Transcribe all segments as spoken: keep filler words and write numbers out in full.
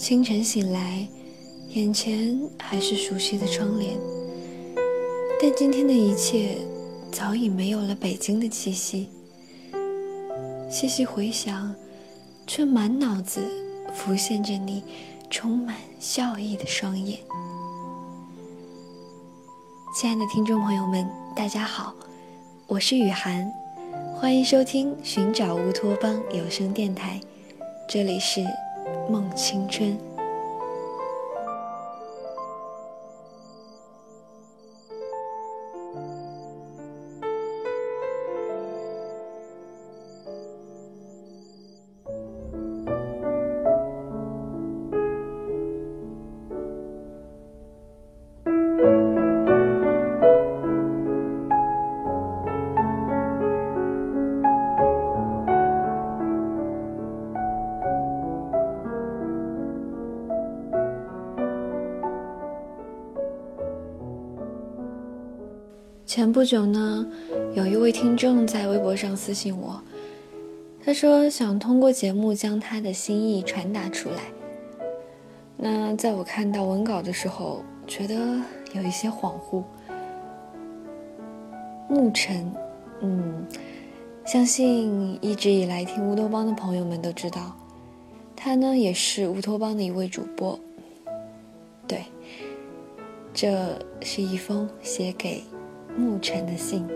清晨醒来，眼前还是熟悉的窗帘，但今天的一切早已没有了北京的气息。细细回想，却满脑子浮现着你充满笑意的双眼。亲爱的听众朋友们，大家好，我是雨涵，欢迎收听寻找乌托邦有声电台，这里是梦青春。前不久呢，有一位听众在微博上私信我，他说想通过节目将他的心意传达出来。那在我看到文稿的时候，觉得有一些恍惚。沐晨，嗯，相信一直以来听乌托邦的朋友们都知道，他呢也是乌托邦的一位主播。对，这是一封写给沐晨的信。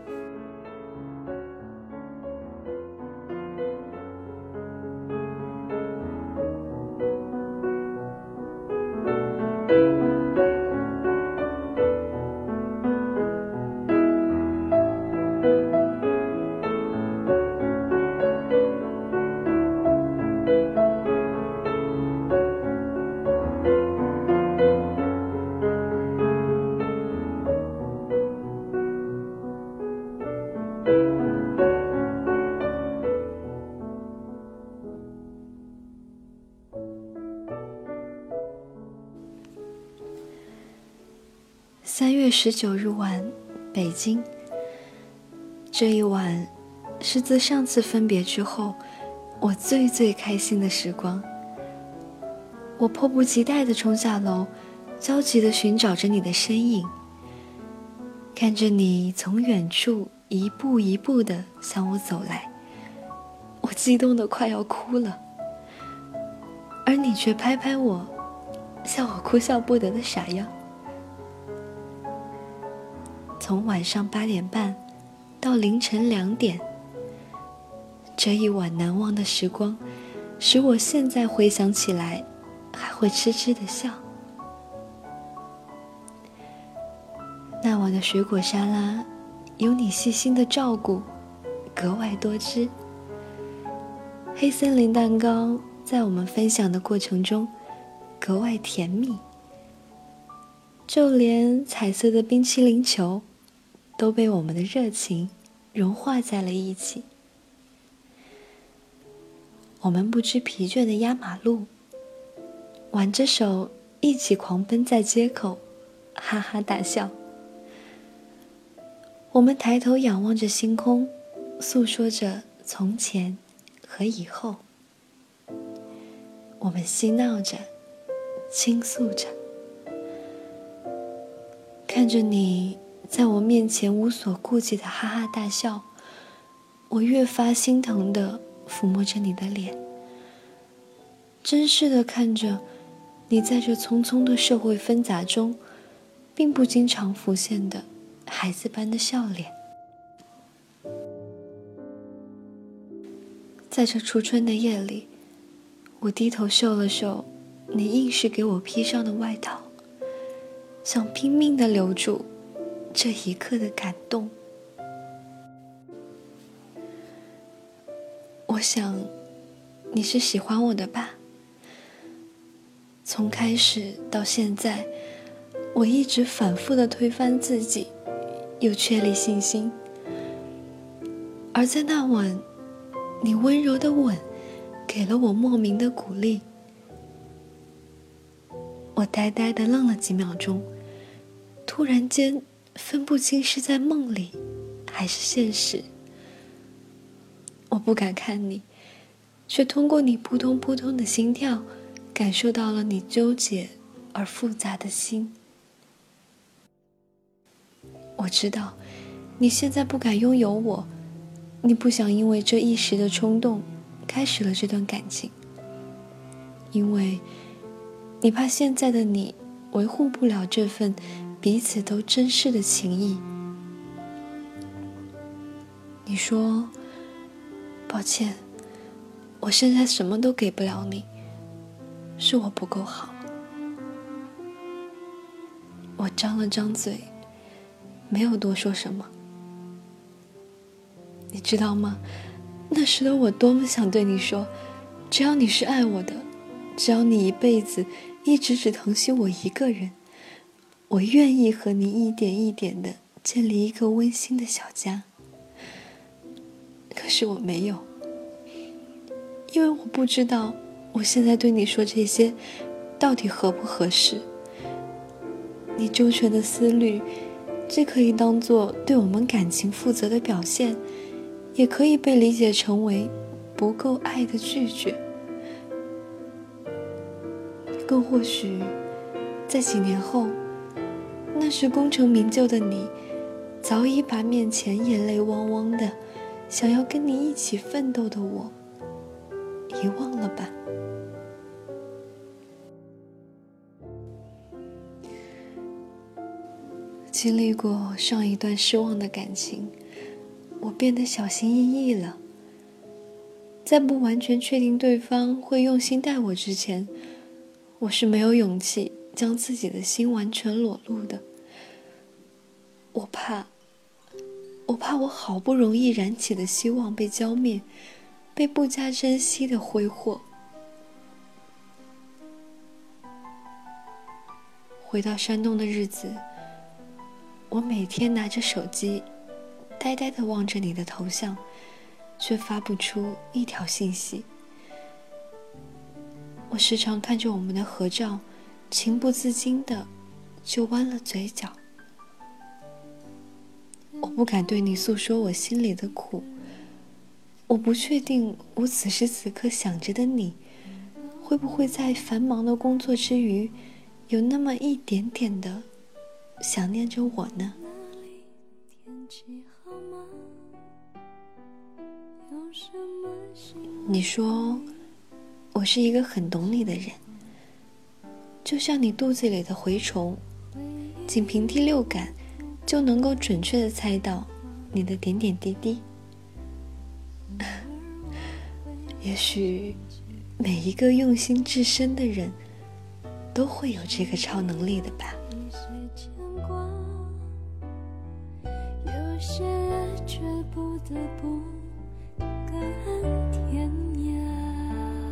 三月十九日晚，北京。这一晚是自上次分别之后我最最开心的时光。我迫不及待地冲下楼，焦急地寻找着你的身影，看着你从远处一步一步地向我走来，我激动得快要哭了，而你却拍拍我，像我哭笑不得的傻样。从晚上八点半到凌晨两点，这一晚难忘的时光，使我现在回想起来还会痴痴的笑。那晚的水果沙拉有你细心的照顾，格外多汁。黑森林蛋糕在我们分享的过程中格外甜蜜，就连彩色的冰淇淋球都被我们的热情融化在了一起。我们不知疲倦地压马路，挽着手一起狂奔在街口，哈哈大笑。我们抬头仰望着星空，诉说着从前和以后。我们嬉闹着，倾诉着，看着你在我面前无所顾忌的哈哈大笑，我越发心疼地抚摸着你的脸，珍视地看着你在这匆匆的社会纷杂中并不经常浮现的孩子般的笑脸。在这初春的夜里，我低头嗅了嗅你硬是给我披上的外套，想拼命地留住这一刻的感动。我想你是喜欢我的吧。从开始到现在，我一直反复地推翻自己，又确立信心。而在那晚，你温柔的吻给了我莫名的鼓励。我呆呆地愣了几秒钟，突然间分不清是在梦里还是现实。我不敢看你，却通过你扑通扑通的心跳感受到了你纠结而复杂的心。我知道你现在不敢拥有我，你不想因为这一时的冲动开始了这段感情，因为你怕现在的你维护不了这份彼此都珍视的情谊。你说，抱歉，我现在什么都给不了你，是我不够好。我张了张嘴，没有多说什么。你知道吗？那时的我多么想对你说，只要你是爱我的，只要你一辈子一直只疼惜我一个人，我愿意和你一点一点地建立一个温馨的小家。可是我没有，因为我不知道我现在对你说这些到底合不合适。你周全的思虑既可以当作对我们感情负责的表现，也可以被理解成为不够爱的拒绝。更或许在几年后，那时功成名就的你早已把面前眼泪汪汪的想要跟你一起奋斗的我遗忘了吧。经历过上一段失望的感情，我变得小心翼翼了。在不完全确定对方会用心待我之前，我是没有勇气将自己的心完全裸露的。我怕，我怕我好不容易燃起的希望被浇灭，被不加珍惜的挥霍。回到山东的日子，我每天拿着手机，呆呆地望着你的头像，却发不出一条信息。我时常看着我们的合照，情不自禁的就弯了嘴角。我不敢对你诉说我心里的苦，我不确定我此时此刻想着的你，会不会在繁忙的工作之余，有那么一点点的想念着我呢？你说我是一个很懂你的人，就像你肚子里的蛔虫，仅凭第六感就能够准确地猜到你的点点滴滴。也许每一个用心至深的人都会有这个超能力的吧。有些爱却不得不甘甜呀，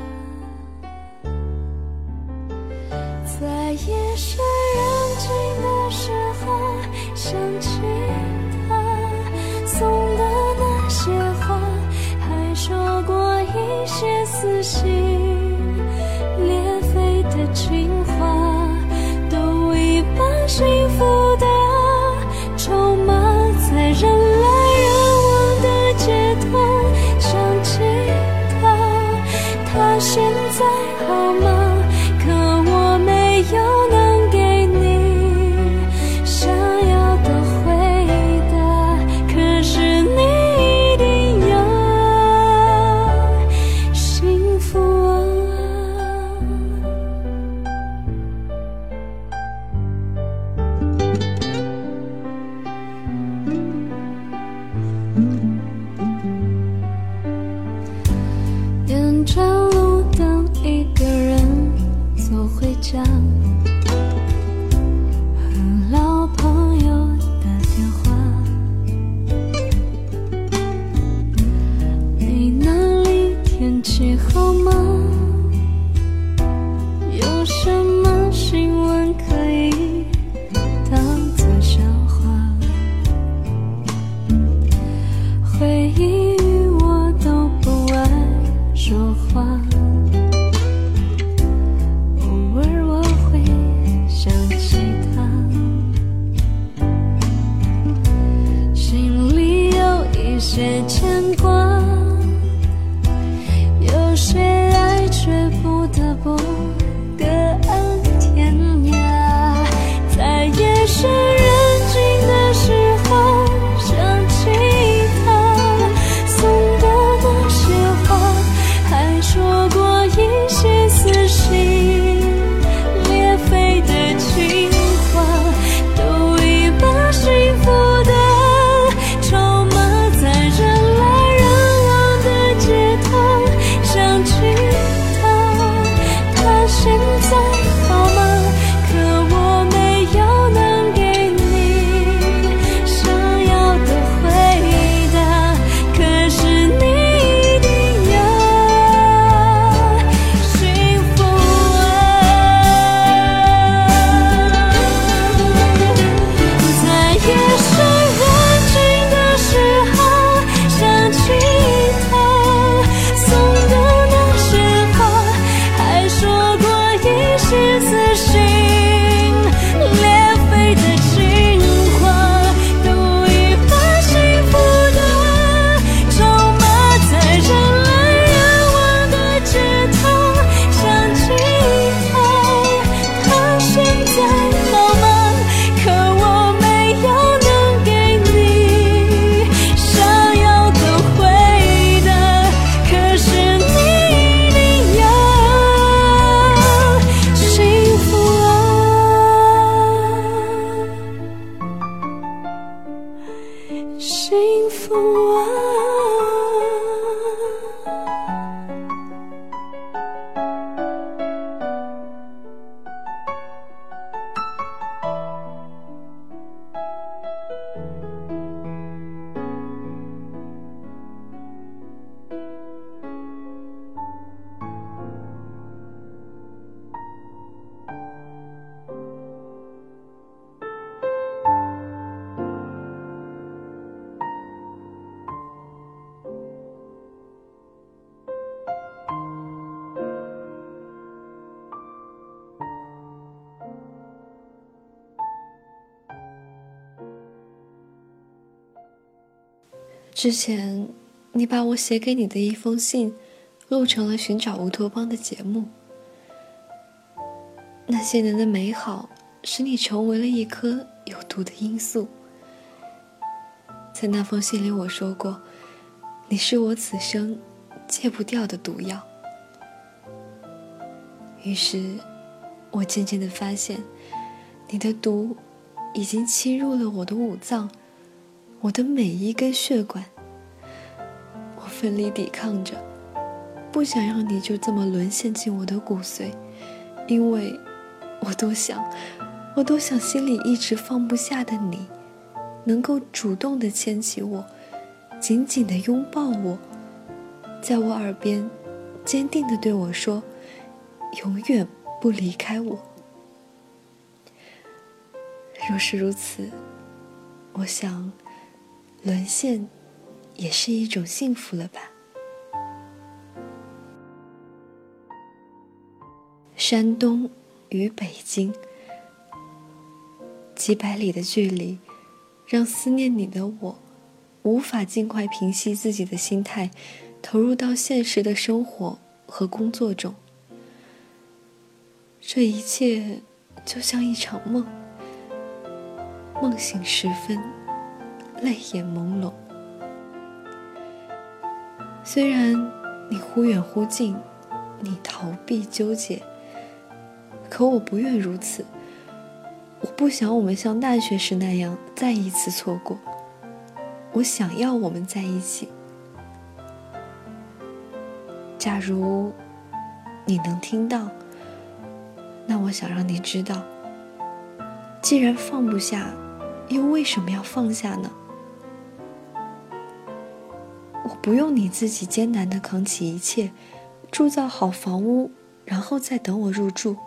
在夜深人静的时候想起他送的那些话，还说过一些撕心裂肺的情话，都已把幸福的筹码在人来人往的街头想起他，他现在好吗？可我没有能给你想要的回答，可是你一定要幸福啊。沿着路灯一个人走回家，和老朋友打电话，你那里天气好吗？有什么新闻可以当作笑话？回忆与我都不爱说话，偶尔我会想起他，心里有一些牵挂，有些爱却不得不幸福啊。 之前你把我写给你的一封信录成了寻找乌托邦的节目。那些年的美好使你成为了一颗有毒的罂粟。在那封信里我说过，你是我此生戒不掉的毒药。于是我渐渐地发现，你的毒已经侵入了我的五脏，我的每一根血管。我奋力抵抗着，不想让你就这么沦陷进我的骨髓，因为我多想我多想心里一直放不下的你能够主动地牵起我，紧紧地拥抱我，在我耳边坚定地对我说，永远不离开我。若是如此，我想沦陷也是一种幸福了吧。山东与北京，几百里的距离，让思念你的我无法尽快平息自己的心态，投入到现实的生活和工作中。这一切就像一场梦，梦醒时分，泪眼朦胧。虽然你忽远忽近，你逃避纠结，可我不愿如此。我不想我们像大学时那样再一次错过，我想要我们在一起。假如你能听到，那我想让你知道，既然放不下，又为什么要放下呢？我不用你自己艰难地扛起一切，铸造好房屋，然后再等我入住。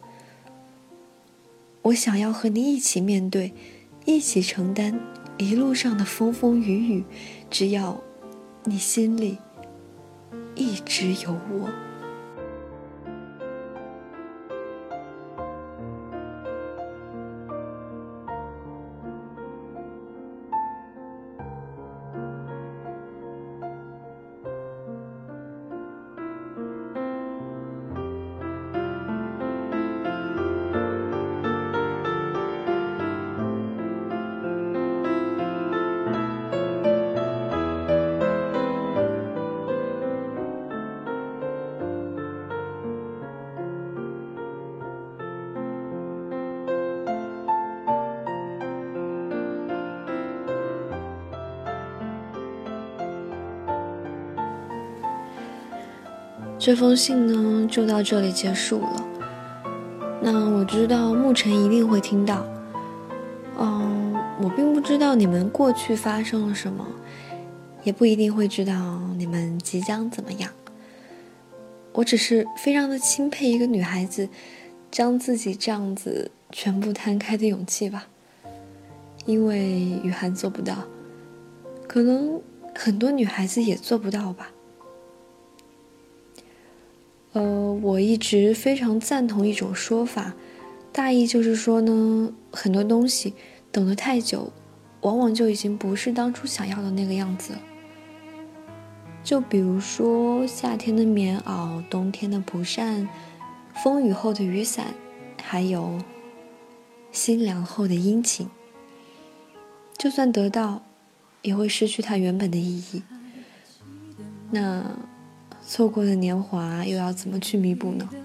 我想要和你一起面对，一起承担一路上的风风雨雨，只要你心里一直有我。这封信呢，就到这里结束了。那我知道沐晨一定会听到。嗯，我并不知道你们过去发生了什么，也不一定会知道你们即将怎么样。我只是非常的钦佩一个女孩子将自己这样子全部摊开的勇气吧。因为雨涵做不到，可能很多女孩子也做不到吧。呃，我一直非常赞同一种说法，大意就是说呢，很多东西等得太久，往往就已经不是当初想要的那个样子了。就比如说夏天的棉袄，冬天的蒲扇，风雨后的雨伞，还有心凉后的殷勤。就算得到，也会失去它原本的意义。那错过的年华又要怎么去弥补呢？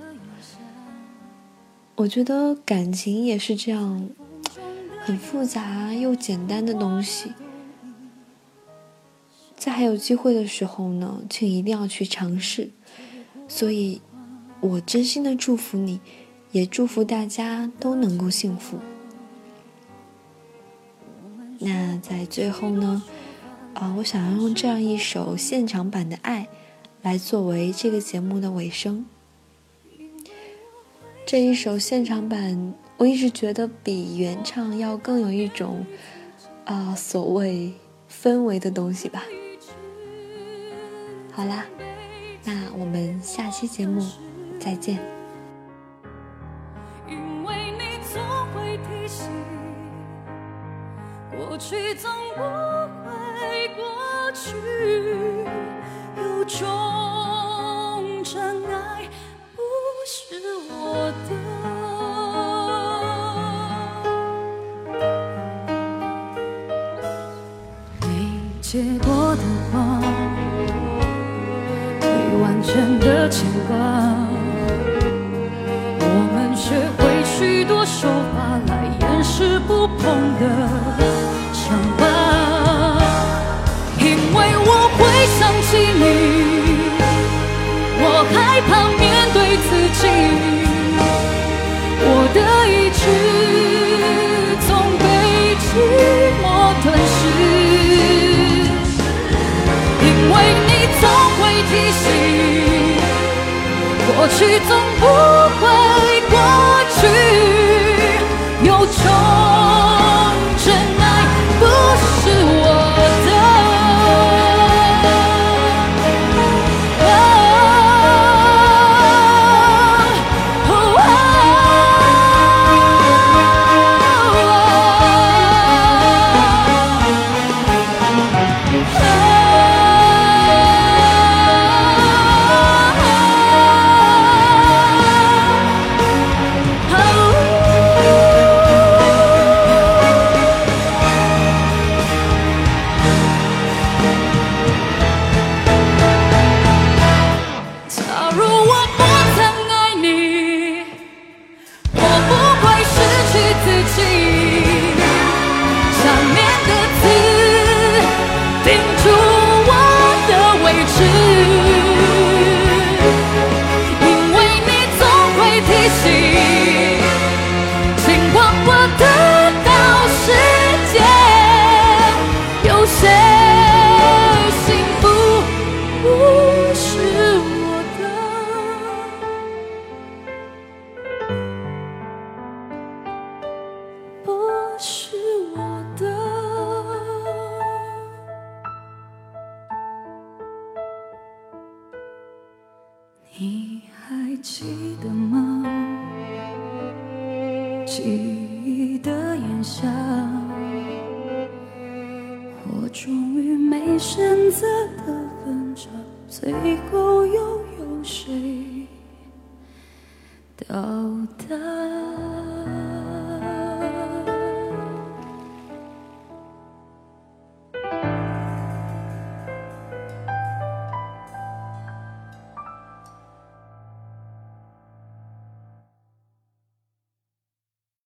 我觉得感情也是这样，很复杂又简单的东西， 在还有机会的时候呢，请一定要去尝试。所以我真心的祝福你，也祝福大家都能够幸福。那在最后呢，啊，我想要用这样一首现场版的《爱》来作为这个节目的尾声。这一首现场版，我一直觉得比原唱要更有一种啊所谓氛围的东西吧。好啦，那我们下期节目再见。 因为你总会提醒，过去总不会过去，有种真爱不是我的。没结果的话，未完成的牵挂，我们学会许多手法来掩饰不碰的伤疤。因为我会想起你，我害怕面对自己，我的意志总被寂寞吞噬。因为你总会提醒，过去总不会过去，有种真爱不是我的。你还记得吗？记忆的炎夏，我终于没选择的分岔，最后又有谁到达？